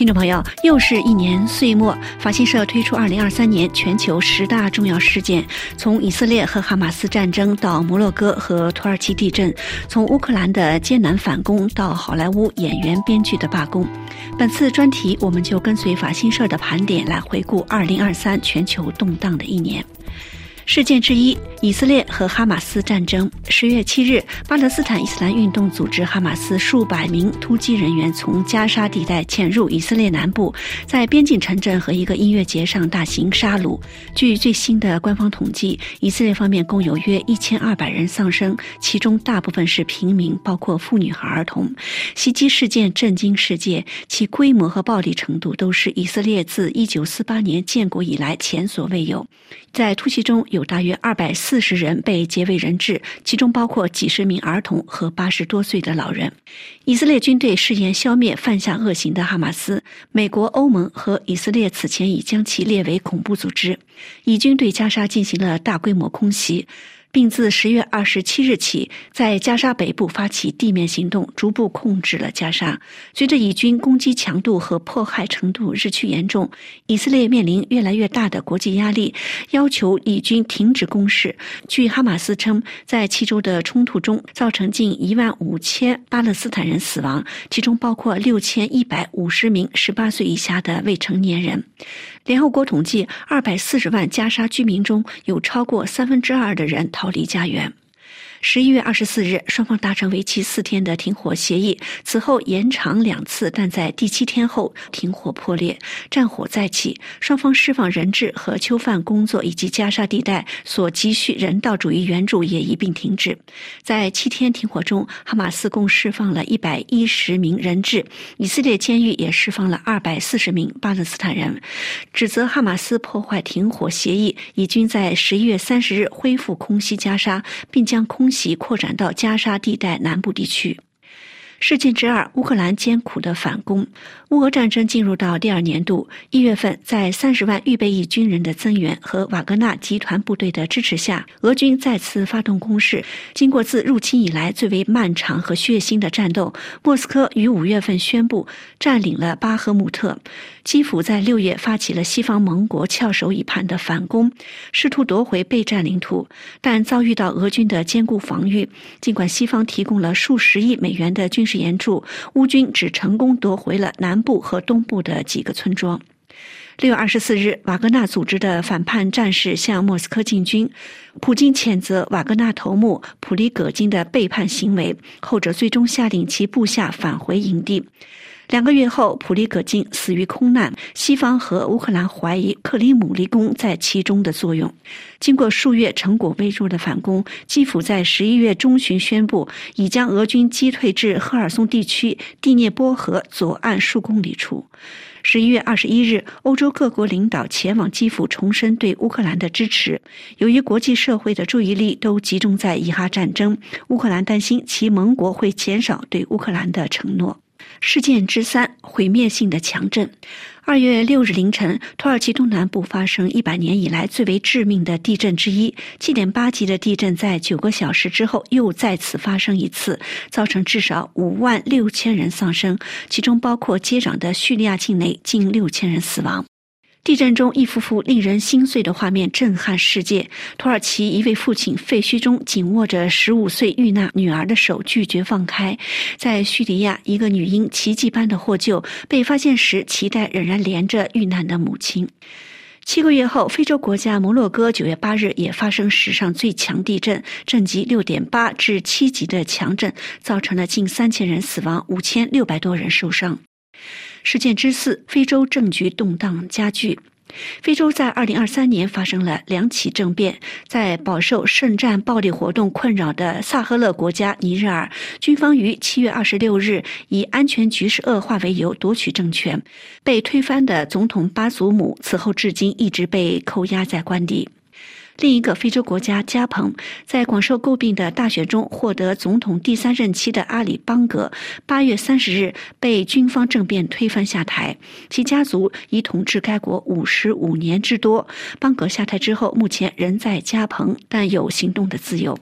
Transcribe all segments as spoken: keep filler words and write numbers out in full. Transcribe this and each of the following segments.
听众朋友，又是一年岁末，法新社推出二零二三年全球十大重要事件，从以色列和哈马斯战争到摩洛哥和土耳其地震，从乌克兰的艰难反攻到好莱坞演员编剧的罢工。本次专题我们就跟随法新社的盘点来回顾二零二三全球动荡的一年。事件之一，以色列和哈马斯战争。十月七日，巴勒斯坦伊斯兰运动组织哈马斯数百名突击人员从加沙地带潜入以色列南部，在边境城镇和一个音乐节上大型杀戮。据最新的官方统计，以色列方面共有约一千二百人丧生，其中大部分是平民，包括妇女和儿童。袭击事件震惊世界，其规模和暴力程度都是以色列自一九四八年建国以来前所未有。在突袭中有大约二百四十人被劫为人质，其中包括几十名儿童和八十多岁的老人。以色列军队誓言消灭犯下恶行的哈马斯，美国、欧盟和以色列此前已将其列为恐怖组织。以军对加沙进行了大规模空袭，并自十月二十七日起在加沙北部发起地面行动，逐步控制了加沙。随着以军攻击强度和迫害程度日趋严重，以色列面临越来越大的国际压力，要求以军停止攻势。据哈马斯称，在七周的冲突中造成近一万五千巴勒斯坦人死亡，其中包括六千一百五十名十八岁以下的未成年人。联合国统计，二百四十万加沙居民中有超过三分之二的人逃离家园。十一月二十四日，双方达成为期四天的停火协议，此后延长两次，但在第七天后停火破裂，战火再起。双方释放人质和囚犯工作以及加沙地带所急需人道主义援助也一并停止。在七天停火中，哈马斯共释放了一百一十名人质，以色列监狱也释放了二百四十名巴勒斯坦人。指责哈马斯破坏停火协议，以军在十一月三十日恢复空袭加沙，并将空袭扩展到加沙地带南部地区。事件之二，乌克兰艰苦的反攻。乌俄战争进入到第二年度，一月份，在三十万预备役军人的增援和瓦格纳集团部队的支持下，俄军再次发动攻势。经过自入侵以来最为漫长和血腥的战斗，莫斯科于五月份宣布占领了巴赫穆特。基辅在六月发起了西方盟国翘首以盼的反攻，试图夺回被占领土，但遭遇到俄军的坚固防御。尽管西方提供了数十亿美元的军事援助，乌军只成功夺回了南部和东部的几个村庄。六月二十四日，瓦格纳组织的反叛战士向莫斯科进军，普京谴责瓦格纳头目普里戈金的背叛行为，后者最终下令其部下返回营地。两个月后，普里戈金死于空难，西方和乌克兰怀疑克里姆林宫在其中的作用。经过数月成果微弱的反攻，基辅在十一月中旬宣布已将俄军击退至赫尔松地区第聂波河左岸数公里处。十一月二十一日，欧洲各国领导前往基辅重申对乌克兰的支持。由于国际社会的注意力都集中在以哈战争，乌克兰担心其盟国会减少对乌克兰的承诺。事件之三，毁灭性的强震。二月六日凌晨，土耳其东南部发生一百年以来最为致命的地震之一， 七点八级的地震在九个小时之后又再次发生一次，造成至少五万六千人丧生，其中包括接壤的叙利亚境内近六千人死亡。地震中一幅幅令人心碎的画面震撼世界。土耳其一位父亲废墟中紧握着十五岁遇难女儿的手，拒绝放开。在叙利亚，一个女婴奇迹般的获救，被发现时脐带仍然连着遇难的母亲。七个月后，非洲国家摩洛哥九月八日也发生史上最强地震，震级六点八至七级的强震，造成了近三千人死亡，五千六百多人受伤。事件之四，非洲政局动荡加剧。非洲在二零二三年发生了两起政变，在饱受圣战暴力活动困扰的萨赫勒国家尼日尔，军方于七月二十六日以安全局势恶化为由夺取政权，被推翻的总统巴祖姆此后至今一直被扣押在官邸。另一个非洲国家加蓬，在广受诟病的大选中获得总统第三任期的阿里邦格，八月三十日被军方政变推翻下台，其家族已统治该国五十五年之多。邦格下台之后，目前仍在加蓬，但有行动的自由。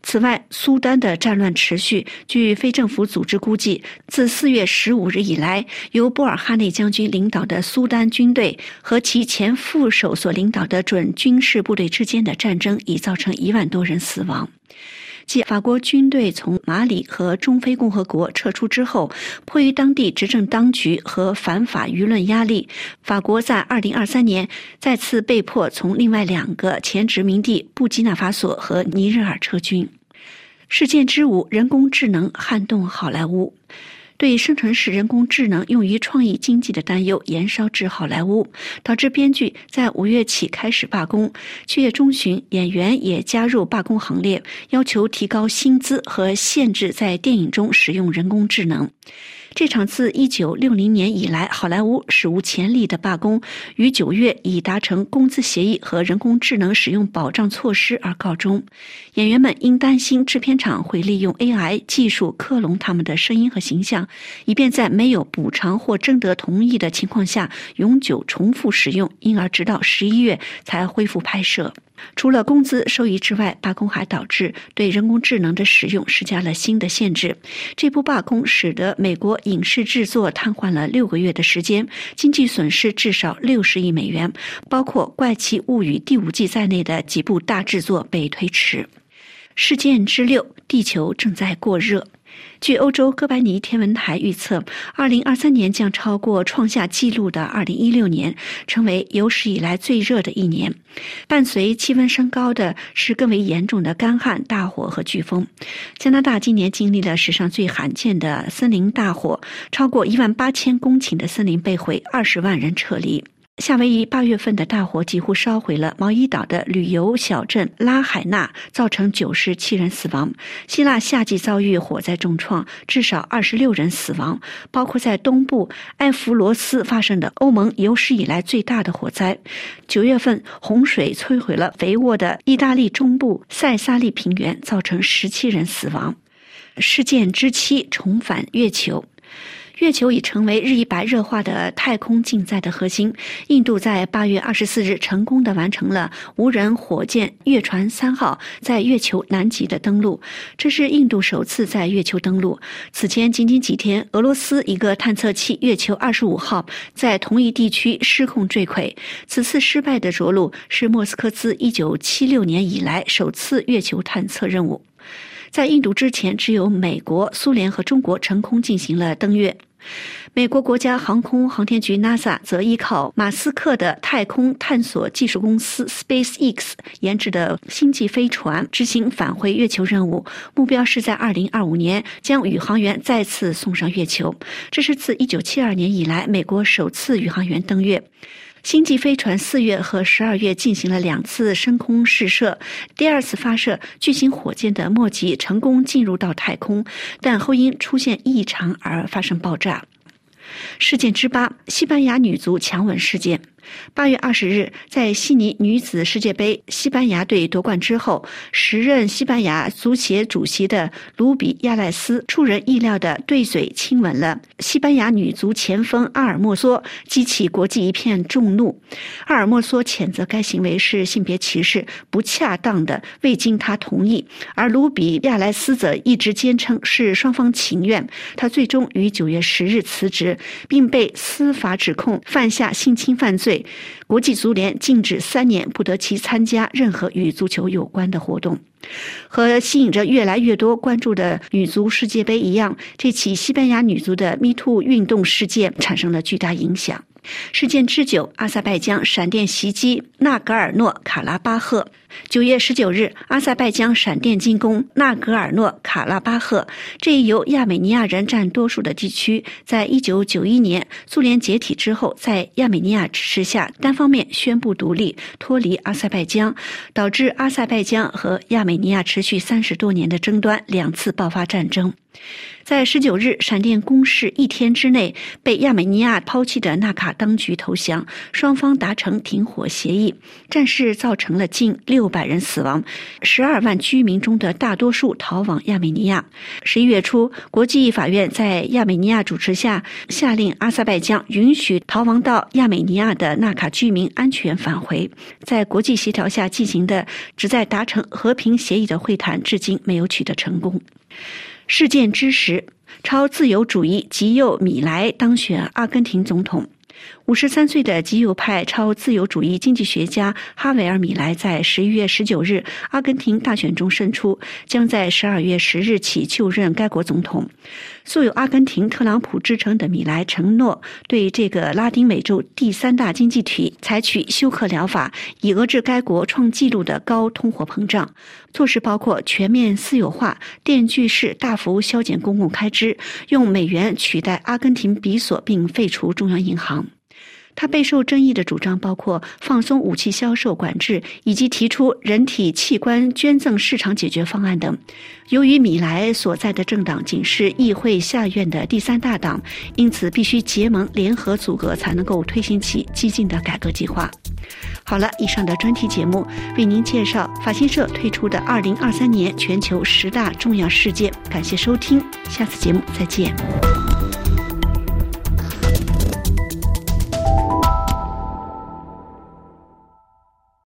此外，苏丹的战乱持续。据非政府组织估计，自四月十五日以来，由波尔哈内将军领导的苏丹军队和其前副手所领导的准军事部队之间的战争已造成一万多人死亡。继法国军队从马里和中非共和国撤出之后，迫于当地执政当局和反法舆论压力，法国在二零二三年再次被迫从另外两个前殖民地布基纳法索和尼日尔撤军。事件之五，人工智能撼动好莱坞。对生成式人工智能用于创意经济的担忧延烧至好莱坞，导致编剧在五月起开始罢工。七月中旬，演员也加入罢工行列，要求提高薪资和限制在电影中使用人工智能。这场自一九六零年以来好莱坞史无前例的罢工，于九月以达成工资协议和人工智能使用保障措施而告终。演员们因担心制片厂会利用 A I 技术克隆他们的声音和形象，以便在没有补偿或征得同意的情况下永久重复使用，因而直到十一月才恢复拍摄。除了工资收益之外，罢工还导致对人工智能的使用施加了新的限制。这波罢工使得美国影视制作瘫痪了六个月的时间，经济损失至少六十亿美元，包括《怪奇物语》第五季在内的几部大制作被推迟。事件之六，地球正在过热。据欧洲哥白尼天文台预测，二零二三年将超过创下纪录的二零一六年，成为有史以来最热的一年。伴随气温升高的是更为严重的干旱、大火和飓风。加拿大今年经历了史上最罕见的森林大火，超过一万八千公顷的森林被毁，二十万人撤离。夏威夷八月份的大火几乎烧毁了毛伊岛的旅游小镇拉海纳，造成九十七人死亡。希腊夏季遭遇火灾重创，至少二十六人死亡，包括在东部埃弗罗斯发生的欧盟有史以来最大的火灾。九月份洪水摧毁了肥沃的意大利中部塞萨利平原，造成十七人死亡。事件之七，重返月球。月球已成为日益白热化的太空竞赛的核心。印度在八月二十四日成功地完成了无人火箭月船三号在月球南极的登陆，这是印度首次在月球登陆。此前仅仅几天，俄罗斯一个探测器月球二十五号在同一地区失控坠毁。此次失败的着陆是莫斯科自一九七六年以来首次月球探测任务。在印度之前，只有美国、苏联和中国成功进行了登月。美国国家航空航天局 NASA 则依靠马斯克的太空探索技术公司 SpaceX 研制的星际飞船执行返回月球任务，目标是在二零二五年将宇航员再次送上月球。这是自一九七二年以来美国首次宇航员登月。星际飞船四月和十二月进行了两次升空试射，第二次发射巨型火箭的末级成功进入到太空，但后因出现异常而发生爆炸。事件之八，西班牙女足强吻事件。八月二十日，在悉尼女子世界杯西班牙队夺冠之后，时任西班牙足协主席的卢比亚赖斯出人意料地对嘴亲吻了西班牙女足前锋阿尔莫索，激起国际一片众怒。阿尔莫索谴责该行为是性别歧视，不恰当的，未经他同意，而卢比亚莱斯则一直坚称是双方情愿。他最终于九月十日辞职，并被司法指控犯下性侵犯罪。国际足联禁止三年不得其参加任何与足球有关的活动。和吸引着越来越多关注的女足世界杯一样，这起西班牙女足的 Me Too 运动事件产生了巨大影响。事件之九，阿塞拜疆闪电袭击纳格尔诺卡拉巴赫。九月十九日，阿塞拜疆闪电进攻纳格尔诺卡拉巴赫，这一由亚美尼亚人占多数的地区，在一九九一年苏联解体之后，在亚美尼亚支持下单方面宣布独立，脱离阿塞拜疆，导致阿塞拜疆和亚美尼亚持续三十多年的争端，两次爆发战争。在十九日闪电攻势一天之内，被亚美尼亚抛弃的纳卡当局投降，双方达成停火协议。战事造成了近六六百人死亡，十二万居民中的大多数逃往亚美尼亚。十一月初，国际法院在亚美尼亚主持下下令阿塞拜疆允许逃亡到亚美尼亚的纳卡居民安全返回。在国际协调下进行的旨在达成和平协议的会谈至今没有取得成功。事件之时，超自由主义极右米莱当选阿根廷总统。五十三岁的极右派超自由主义经济学家哈维尔·米莱在十一月十九日阿根廷大选中胜出，将在十二月十日起就任该国总统。素有阿根廷特朗普之称的米莱承诺对这个拉丁美洲第三大经济体采取休克疗法，以遏制该国创纪录的高通货膨胀。措施包括全面私有化、电锯式大幅削减公共开支、用美元取代阿根廷比索，并废除中央银行。他备受争议的主张包括放松武器销售管制，以及提出人体器官捐赠市场解决方案等。由于米莱所在的政党仅是议会下院的第三大党，因此必须结盟联合组阁才能够推行起激进的改革计划。好了，以上的专题节目为您介绍法新社推出的二零二三年全球十大重要事件。感谢收听，下次节目再见。